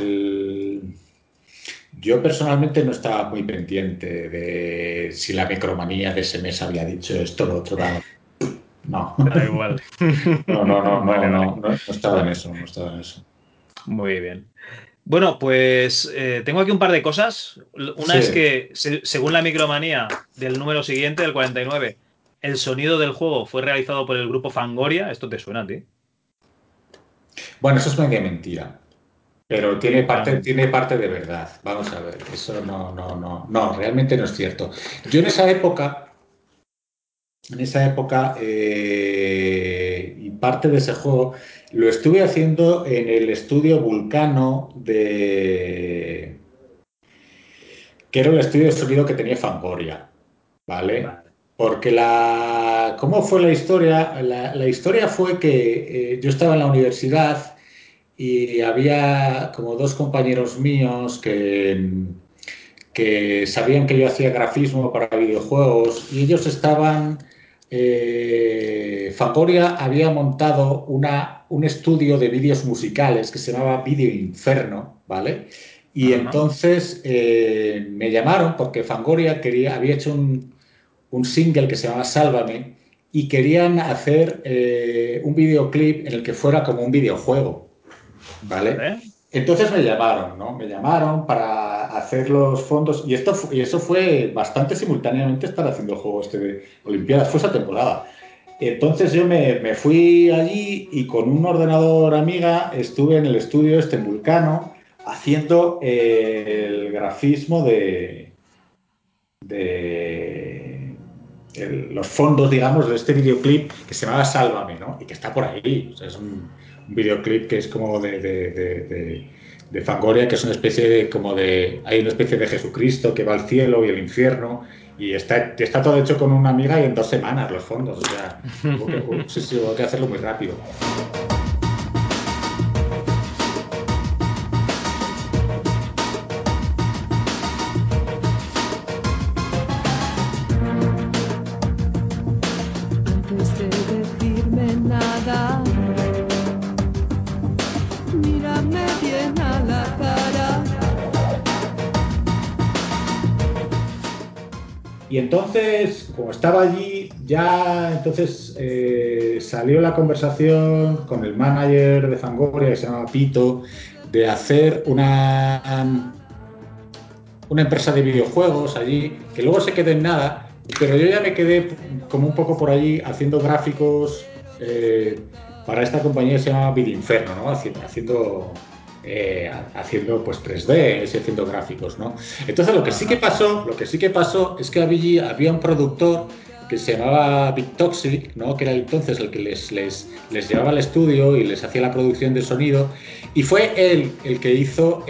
yo personalmente no estaba muy pendiente de si la micromanía de ese mes había dicho esto o lo otro. Vamos, no. Da igual. No, no, no, Vale, no, vale. no, no estaba en eso, no estaba en eso. Muy bien. Bueno, pues tengo aquí un par de cosas. Una es Sí. que, según la micromanía del número siguiente, del 49, el sonido del juego fue realizado por el grupo Fangoria. ¿Esto te suena a ti? Bueno, eso es media mentira, pero Bueno, tiene parte de verdad. Vamos a ver, eso no, no, no, no, realmente no es cierto. Yo en esa época, y parte de ese juego lo estuve haciendo en el estudio Vulcano que era el estudio de sonido que tenía Fangoria, ¿vale? vale. Porque ¿cómo fue la historia? La historia fue que yo estaba en la universidad y había como dos compañeros míos que sabían que yo hacía grafismo para videojuegos y ellos Fangoria había montado un estudio de vídeos musicales que se llamaba Video Inferno, ¿vale? Y Ajá. entonces me llamaron porque Fangoria había hecho un single que se llamaba Sálvame y querían hacer un videoclip en el que fuera como un videojuego, ¿vale? Vale. Entonces me llamaron, ¿no? Me llamaron para hacer los fondos y eso fue bastante simultáneamente estar haciendo el juego este de Olimpiadas, fue esa temporada. Entonces yo me fui allí y con un ordenador amiga estuve en el estudio este en Vulcano haciendo el grafismo de los fondos, digamos, de este videoclip que se llamaba Sálvame, ¿no? Y que está por ahí. O sea, es un videoclip que es como de Fangoria, que es una especie de, como de, hay una especie de Jesucristo que va al cielo y el infierno, y está todo hecho con una amiga y en 2 semanas los fondos. O sea, sí, hubo que hacerlo muy rápido. Antes de decirme nada, mírame bien a la cara. Y entonces, como estaba allí, ya entonces salió la conversación con el manager de Fangoria, que se llama Pito, de hacer una empresa de videojuegos allí, que luego se quedó en nada, pero yo ya me quedé como un poco por allí haciendo gráficos para esta compañía que se llama Vidinferno, ¿no? Haciendo pues 3D y haciendo gráficos, ¿no? Entonces lo que sí que pasó es que había un productor que se llamaba Big Toxic, ¿no? Que era entonces el que les llevaba al estudio y les hacía la producción de sonido, y fue él el que hizo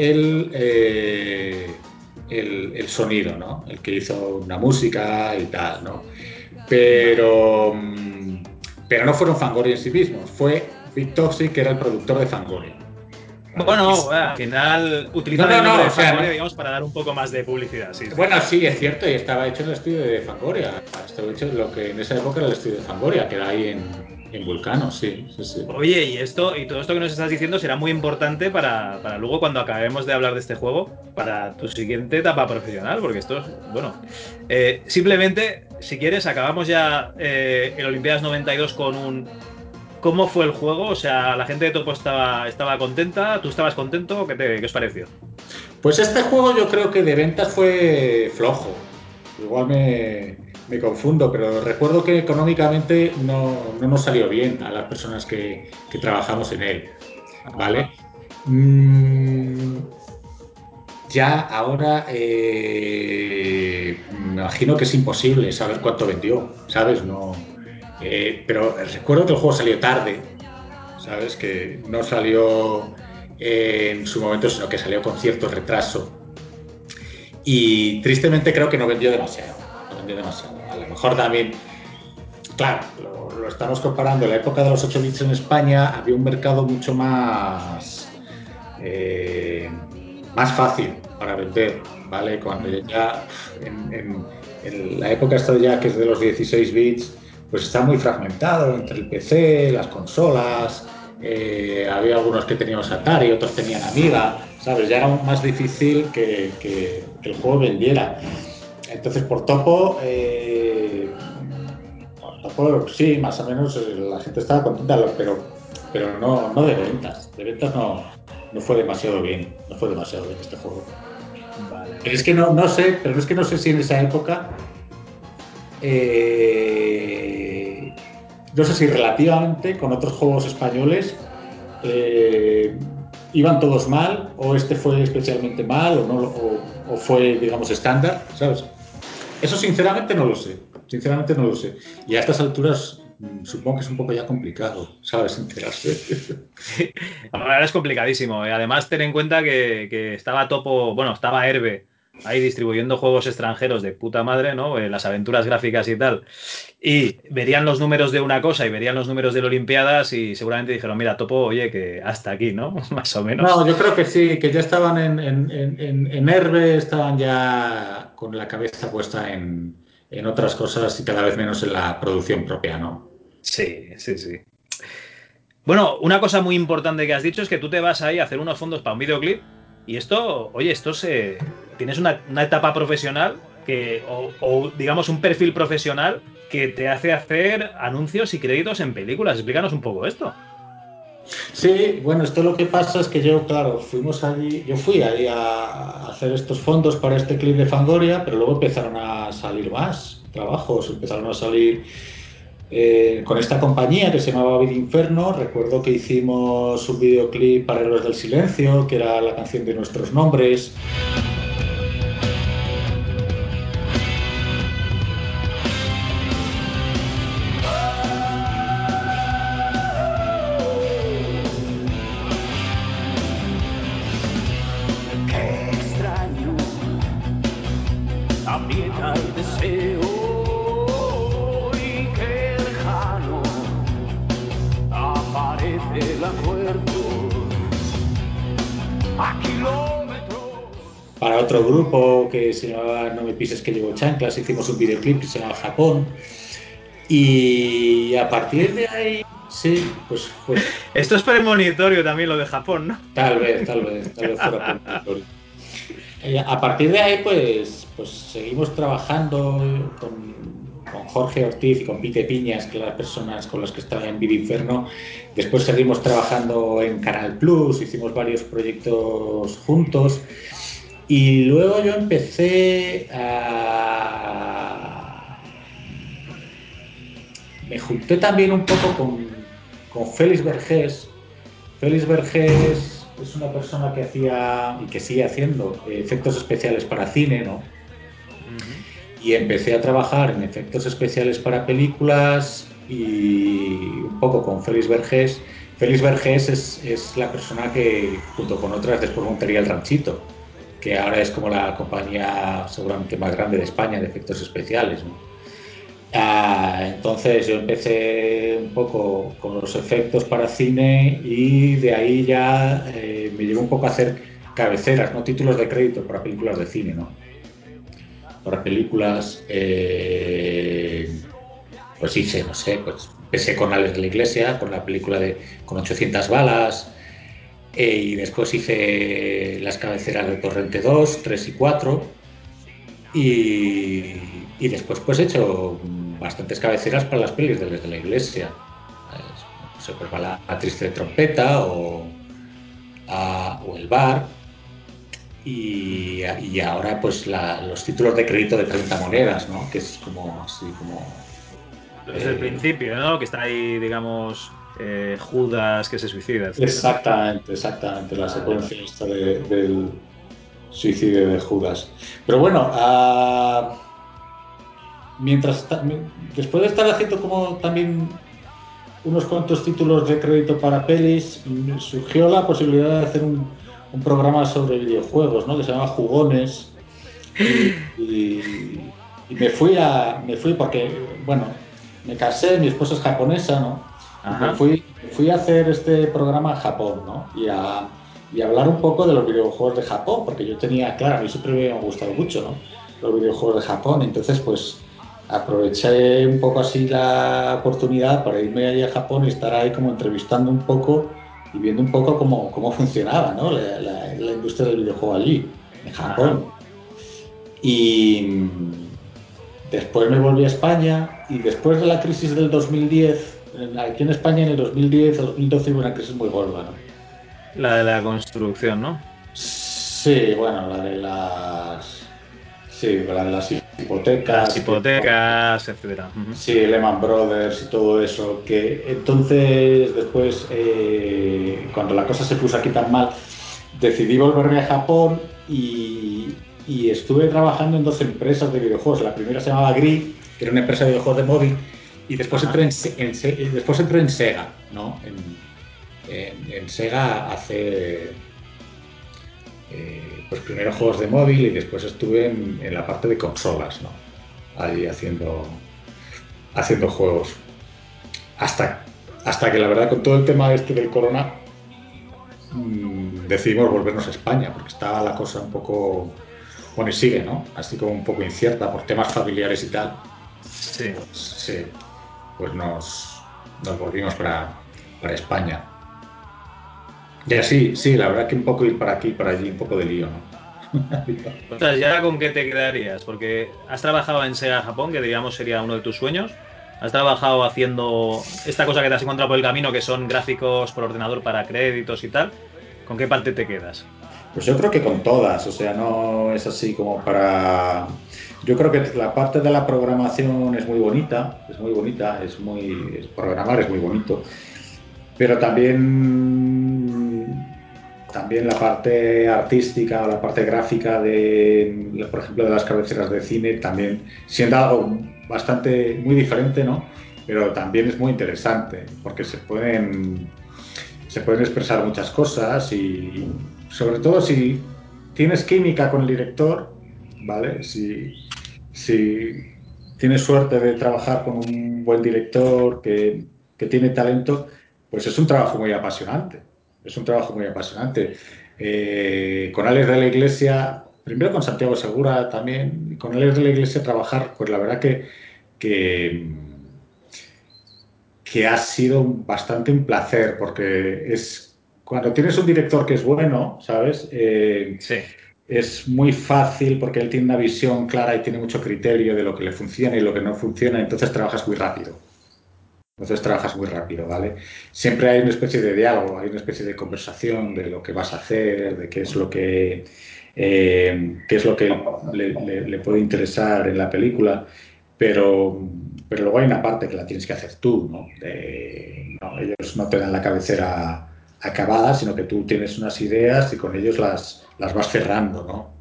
el sonido, ¿no? El que hizo una música y tal, ¿no? Pero, pero no fueron Fangoria en sí mismos, fue Big Toxic, que era el productor de Fangoria. ¿Vale? Bueno, al final No, utilizan no, el nombre no, o de sea, Fangoria, no. digamos, para dar un poco más de publicidad, sí, sí. Bueno, sí, es cierto, y estaba hecho en el estudio de Fangoria. Estaba hecho en lo que en esa época era el estudio de Fangoria, que era ahí en Vulcano, sí, sí, sí. Oye, y todo esto que nos estás diciendo será muy importante para luego cuando acabemos de hablar de este juego, para tu siguiente etapa profesional, porque esto es, bueno, simplemente, si quieres, acabamos ya el Olimpiadas 92 con un... ¿Cómo fue el juego? O sea, la gente de Topo estaba contenta, ¿tú estabas contento? ¿Qué os pareció? Pues este juego yo creo que de ventas fue flojo. Igual me confundo, pero recuerdo que económicamente no nos salió bien a las personas que trabajamos en él, ¿vale? Ajá. Mm, ya ahora me imagino que es imposible saber cuánto vendió, ¿sabes? No, pero recuerdo que el juego salió tarde, ¿sabes? Que no salió en su momento, sino que salió con cierto retraso. Y tristemente creo que no vendió demasiado. No vendió demasiado. A lo mejor también, claro, lo estamos comparando. En la época de los 8 bits en España había un mercado mucho más fácil para vender, ¿vale? Cuando ya en la época esta ya que es de los 16 bits, pues está muy fragmentado entre el PC, las consolas. Había algunos que teníamos Atari, otros tenían Amiga, ¿sabes? Ya era más difícil que el juego vendiera. Entonces, por topo sí, más o menos la gente estaba contenta, pero no de ventas. De ventas no fue demasiado bien, no fue demasiado bien este juego. Vale, Pero es vale. que no sé, pero es que no sé si en esa época, eh, no sé si relativamente con otros juegos españoles eh, iban todos mal, o este fue especialmente mal, o, no, o fue, digamos, estándar, ¿sabes? Eso sinceramente no lo sé, sinceramente no lo sé. Y a estas alturas supongo que es un poco ya complicado, ¿sabes? Enterarse. Ahora es complicadísimo. Y además, ten en cuenta que estaba Topo, bueno, estaba Herbe ahí distribuyendo juegos extranjeros de puta madre, ¿no? Las aventuras gráficas y tal. Y verían los números de una cosa y verían los números de la Olimpiadas y seguramente dijeron, mira, Topo, oye, que hasta aquí, ¿no? Más o menos. No, yo creo que sí, que ya estaban en Herbe, estaban ya con la cabeza puesta en otras cosas y cada vez menos en la producción propia, ¿no? Sí, sí, sí. Bueno, una cosa muy importante que has dicho es que tú te vas ahí a hacer unos fondos para un videoclip y esto, oye, tienes una etapa profesional o digamos un perfil profesional que te hace hacer anuncios y créditos en películas. Explícanos un poco esto. Sí, bueno, esto lo que pasa es que yo, claro, yo fui ahí a hacer estos fondos para este clip de Fangoria, pero luego empezaron a salir más trabajos, empezaron a salir con esta compañía que se llamaba Vid Inferno. Recuerdo que hicimos un videoclip para Héroes del Silencio, que era la canción de nuestros nombres. Qué extraño, también hay deseo y qué lejano aparece el acuerdo a kilómetros. Para otro grupo que se llamaba No me pises que llevo chanclas, hicimos un videoclip que se llamaba Japón. Y a partir de ahí, sí, pues Esto es premonitorio también lo de Japón, ¿no? tal vez fuera premonitorio. A partir de ahí, pues seguimos trabajando con Jorge Ortiz y con Pique Piñas, que las personas con las que estaba en Vive Inferno. Después seguimos trabajando en Canal Plus, hicimos varios proyectos juntos. Y luego yo empecé a... Me junté también un poco con Félix Vergés. Félix Vergés es una persona que hacía y que sigue haciendo efectos especiales para cine, ¿no? Ujú. Y empecé a trabajar en efectos especiales para películas y un poco con Félix Vergés. Félix Vergés es la persona que, junto con otras, después montaría El Ranchito, que ahora es como la compañía seguramente más grande de España de efectos especiales, ¿no? Entonces yo empecé un poco con los efectos para cine y de ahí ya me llevó un poco a hacer cabeceras, ¿no? Títulos de crédito para películas de cine, ¿no? Para películas, pues hice, no sé, pues empecé con Alex de la Iglesia, con la película de con 800 balas, y después hice las cabeceras de Torrente 2 3 y 4. Y después pues he hecho bastantes cabeceras para las pelis de la iglesia. No sé, pues para la Triste Trompeta o El Bar. Y ahora pues los títulos de crédito de 30 monedas, ¿no? Que es como así como... Desde el eh, principio, ¿no? Que está ahí, digamos, Judas que se suicida, etcétera, ¿no? exactamente, la Vale, secuencia vale. esta del suicidio de Judas. Pero bueno, después de estar haciendo como también unos cuantos títulos de crédito para pelis, surgió la posibilidad de hacer un programa sobre videojuegos, ¿no? Que se llama Jugones. Y me fui porque, bueno, me casé, mi esposa es japonesa, ¿no? Y Ajá. me fui a hacer este programa a Japón, ¿no? Y a hablar un poco de los videojuegos de Japón, porque yo tenía, claro, a mí siempre me han gustado mucho, ¿no? Los videojuegos de Japón. Entonces, pues aproveché un poco así la oportunidad para irme ahí a Japón y estar ahí como entrevistando un poco y viendo un poco cómo funcionaba, ¿no? La industria del videojuego allí, en Ajá. Japón. Y después me volví a España y después de la crisis del 2010, aquí en España en el 2010 o 2012 hubo una crisis muy gorda, ¿no? La de la construcción, ¿no? Sí, bueno, sí, la de las Las hipotecas, hipotecas, etcétera. Ujú. sí, Lehman Brothers y todo eso, que entonces después, cuando la cosa se puso aquí tan mal, decidí volverme a Japón y estuve trabajando en dos empresas de videojuegos. La primera se llamaba Gree, que era una empresa de videojuegos de móvil, y después Ajá. después entré en Sega, ¿no? En Sega hace, pues primero juegos de móvil y después estuve en la parte de consolas, ¿no? Ahí haciendo juegos. Hasta que la verdad con todo el tema este del corona decidimos volvernos a España porque estaba la cosa un poco, bueno, y sigue, ¿no? Así como un poco incierta por temas familiares y tal. Sí. Pues sí, pues nos volvimos para España. Y así, sí, la verdad que un poco ir para aquí y para allí, un poco de lío, ¿no? O sea, ¿ya con qué te quedarías? Porque has trabajado en Sega Japón, que digamos sería uno de tus sueños. Has trabajado haciendo esta cosa que te has encontrado por el camino, que son gráficos por ordenador para créditos y tal. ¿Con qué parte te quedas? Pues yo creo que con todas, o sea, no es así como para... Yo creo que la parte de la programación es muy bonita, programar es muy bonito, pero también la parte artística o la parte gráfica de, por ejemplo, de las cabeceras de cine, también siendo algo bastante muy diferente, ¿no? Pero también es muy interesante porque se pueden expresar muchas cosas y sobre todo si tienes química con el director, ¿vale? Si tienes suerte de trabajar con un buen director que tiene talento, pues es un trabajo muy apasionante. Es un trabajo muy apasionante. Con Alex de la Iglesia, primero con Santiago Segura también, y con Alex de la Iglesia trabajar, pues la verdad que, que ha sido bastante un placer, porque es cuando tienes un director que es bueno, ¿sabes? Sí. Es muy fácil porque él tiene una visión clara y tiene mucho criterio de lo que le funciona y lo que no funciona, entonces trabajas muy rápido. ¿Vale? Siempre hay una especie de diálogo, hay una especie de conversación de lo que vas a hacer, de qué es lo que le puede interesar en la película, pero, pero luego hay una parte que la tienes que hacer tú, ¿no? No, ellos no te dan la cabecera acabada, sino que tú tienes unas ideas y con ellos las vas cerrando, ¿no?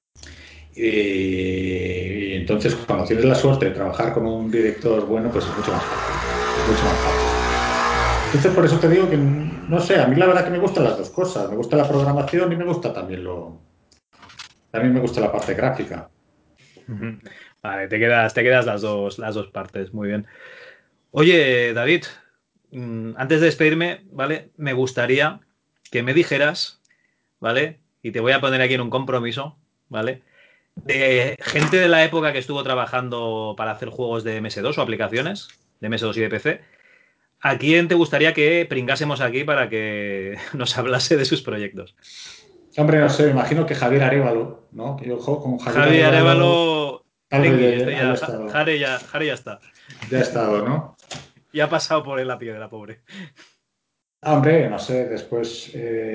Y entonces, cuando tienes la suerte de trabajar con un director bueno, pues es mucho más fácil. Es mucho más fácil. Entonces, por eso te digo que, no sé, a mí la verdad que me gustan las dos cosas. Me gusta la programación y me gusta también me gusta la parte gráfica. Vale, te quedas las dos partes, muy bien. Oye, David, antes de despedirme, ¿vale? Me gustaría que me dijeras, ¿vale? Y te voy a poner aquí en un compromiso, ¿vale? De gente de la época que estuvo trabajando para hacer juegos de MS2 o aplicaciones de MS2 y de PC. ¿A quién te gustaría que pringásemos aquí para que nos hablase de sus proyectos? Hombre, no sé, me imagino que Javier Arévalo, ¿no? Que yo con Javier Javi Arévalo, Arevalo, tal vez Tengui, este haya ya, estado. Jare ya está. Ya ha estado, ¿no? Ya ha pasado por él la piedra, pobre. Hombre, no sé, después,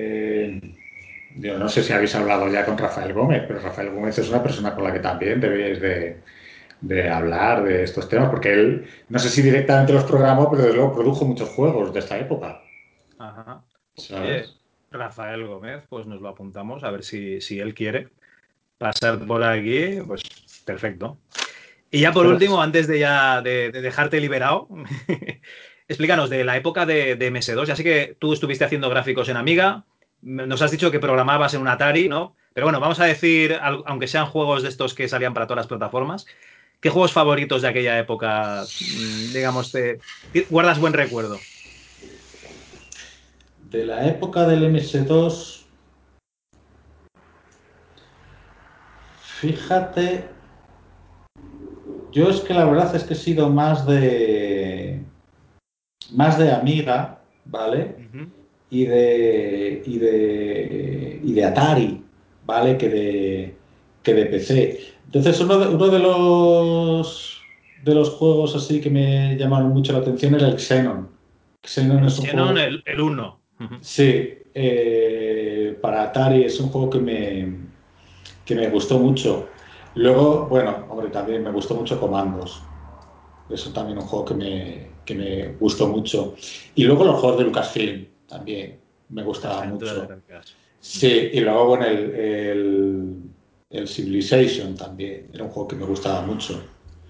yo no sé si habéis hablado ya con Rafael Gómez, pero Rafael Gómez es una persona con la que también debéis de hablar de estos temas, porque él, no sé si directamente los programó, pero desde luego produjo muchos juegos de esta época, Ajá. Oye, ¿sabes? Rafael Gómez, pues nos lo apuntamos a ver si él quiere pasar por aquí, pues perfecto. Y ya por Pero último, antes de ya de dejarte liberado, explícanos de la época de MS2. Ya sé que tú estuviste haciendo gráficos en Amiga, nos has dicho que programabas en un Atari, ¿no? Pero bueno, vamos a decir, aunque sean juegos de estos que salían para todas las plataformas, ¿qué juegos favoritos de aquella época, digamos, guardas buen recuerdo? de la época del MS2, fíjate, yo es que la verdad es que he sido más de Amiga, ¿vale? Ujú. Y de Atari, ¿vale? Que de PC. Entonces, uno de los juegos así que me llamaron mucho la atención era el Xenon. Xenon El es un Xenon, juego, el 1. Ujú. sí, para Atari es un juego que me gustó mucho. Luego, bueno, hombre, también me gustó mucho Comandos. Es también un juego que me gustó mucho. Y luego los juegos de Lucasfilm también me Las gustaban aventuras mucho. gráficas. Sí, y luego, bueno, el Civilization también era un juego que me gustaba mucho.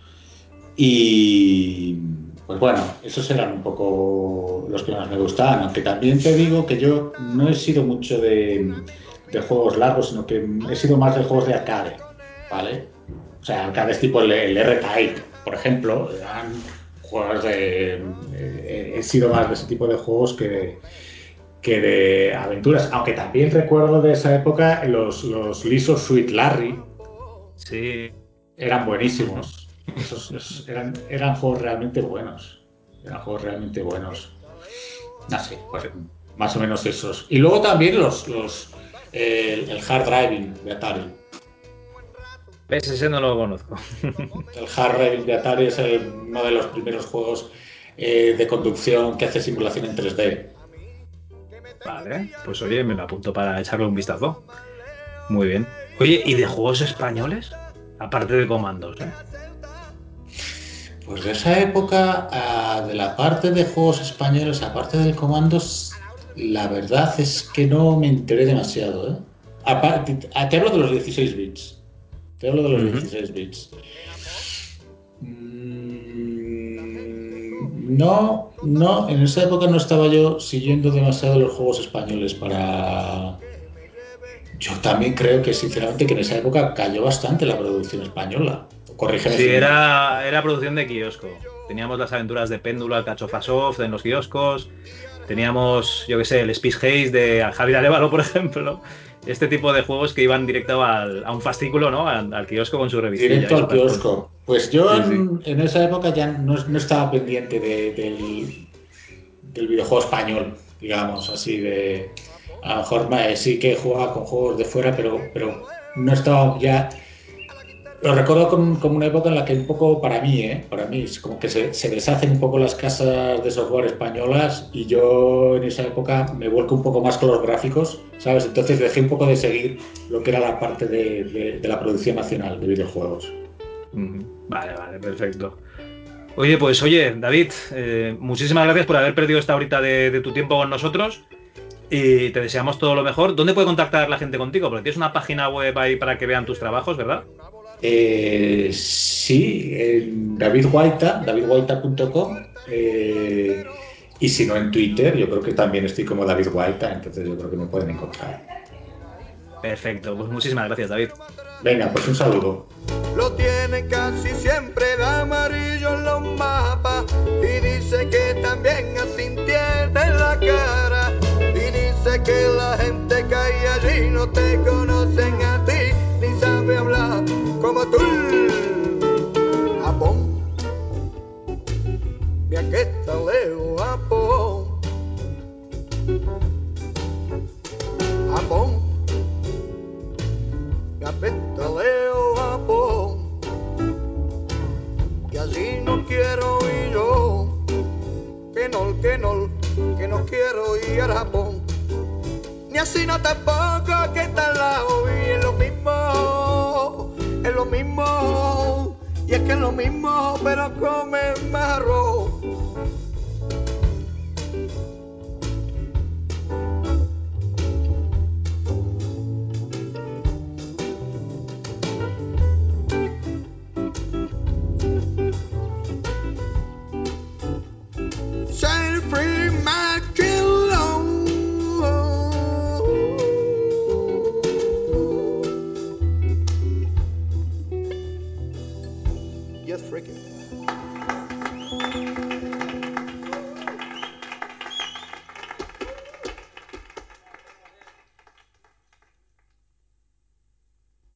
Y pues bueno, esos eran un poco los que más me gustaban. Aunque también te digo que yo no he sido mucho de juegos largos, sino que he sido más de juegos de arcade, ¿vale? O sea, arcades tipo el R-Type, por ejemplo, eran juegos he sido más de ese tipo de juegos que de aventuras. Aunque también recuerdo de esa época los Lisos Sweet Larry, Sí. eran Ujú. buenísimos. Eran juegos realmente buenos. Eran juegos realmente buenos. No sé, pues más o menos esos. Y luego también el hard driving de Atari. ¿Ves? Ese no lo conozco. El Hard Rail de Atari es uno de los primeros juegos de conducción que hace simulación en 3D. Vale, pues oye, me lo apunto para echarle un vistazo. Muy bien. Oye, ¿y de juegos españoles? Aparte de comandos, ¿eh? Pues de esa época, de la parte de juegos españoles, aparte del Commandos, la verdad es que no me enteré demasiado, ¿eh? Te hablo de los 16 bits. Te hablo de los Ujú. 16 bits. No, no, en esa época no estaba yo siguiendo demasiado los juegos españoles para... Yo también creo que, sinceramente, que en esa época cayó bastante la producción española. Corrígeme Sí, si... era producción de kiosco. Teníamos las aventuras de Péndulo, Alcachofa Soft en los kioscos. Teníamos, yo qué sé, el Space Haze de Javier Arévalo, por ejemplo. Este tipo de juegos que iban directo a un fascículo, ¿no? Al kiosco con su revistilla Directo y al kiosco. Pues yo Sí, sí. en esa época ya no estaba pendiente del videojuego español, digamos, así de... A lo mejor sí que jugaba con juegos de fuera, pero no estaba ya... Lo recuerdo como una época en la que un poco para mí, es como que se deshacen un poco las casas de software españolas y yo en esa época me vuelco un poco más con los gráficos, ¿sabes? Entonces dejé un poco de seguir lo que era la parte de la producción nacional de videojuegos. Ujú. Vale, vale, perfecto. Oye, pues oye, David, muchísimas gracias por haber perdido esta horita de tu tiempo con nosotros y te deseamos todo lo mejor. ¿Dónde puede contactar la gente contigo? Porque tienes una página web ahí para que vean tus trabajos, ¿verdad? Sí, en David Guaita, davidguaita.com. Y si no en Twitter, yo creo que también estoy como David Guaita, entonces yo creo que me pueden encontrar. Perfecto, pues muchísimas gracias, David. Venga, pues un saludo. Lo tiene casi siempre de amarillo en los mapas y dice que también así tiene la cara y dice que la gente que hay allí no te conocen a ti ni sabe hablar como tú. Japón, mi aquí está Leo, Japón, Japón, mi aquí está Leo, Japón. Y así no quiero ir yo, que no quiero ir al Japón. Ni así no tampoco, que está al lado y es lo mismo, y es que es lo mismo, pero come más arroz.